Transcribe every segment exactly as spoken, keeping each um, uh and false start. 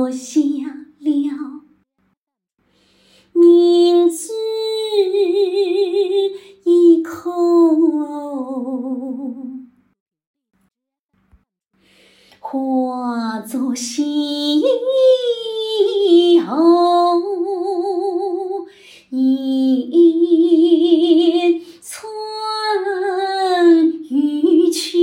落下了，名字一空，化作西后烟窜欲去。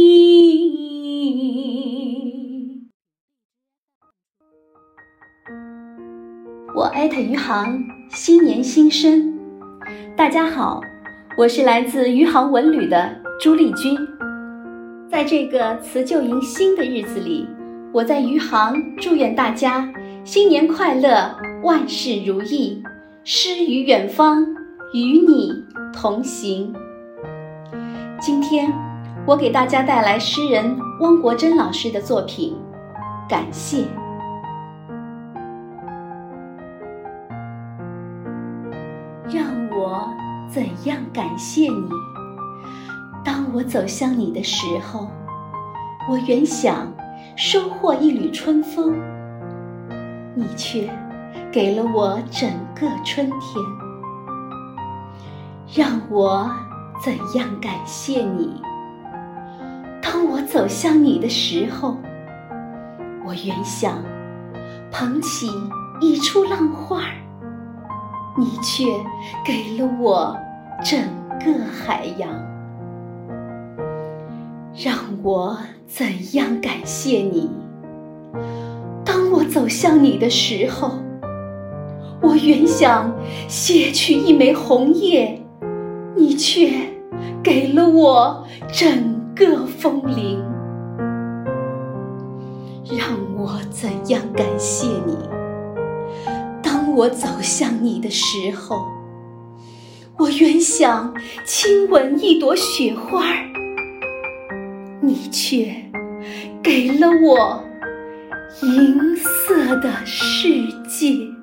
我艾特余杭，新年新生。大家好，我是来自余杭文旅的朱丽君。在这个辞旧迎新的日子里，我在余杭祝愿大家新年快乐，万事如意，诗与远方，与你同行。今天我给大家带来诗人汪国真老师的作品《感谢》。让我怎样感谢你？当我走向你的时候，我原想收获一缕春风，你却给了我整个春天。让我怎样感谢你？当我走向你的时候，我原想捧起一出浪花，你却给了我整个海洋。让我怎样感谢你？当我走向你的时候，我原想撷取一枚红叶，你却给了我整个枫林。让我怎样感谢你？当我走向你的时候，我原想亲吻一朵雪花，你却给了我银色的世界。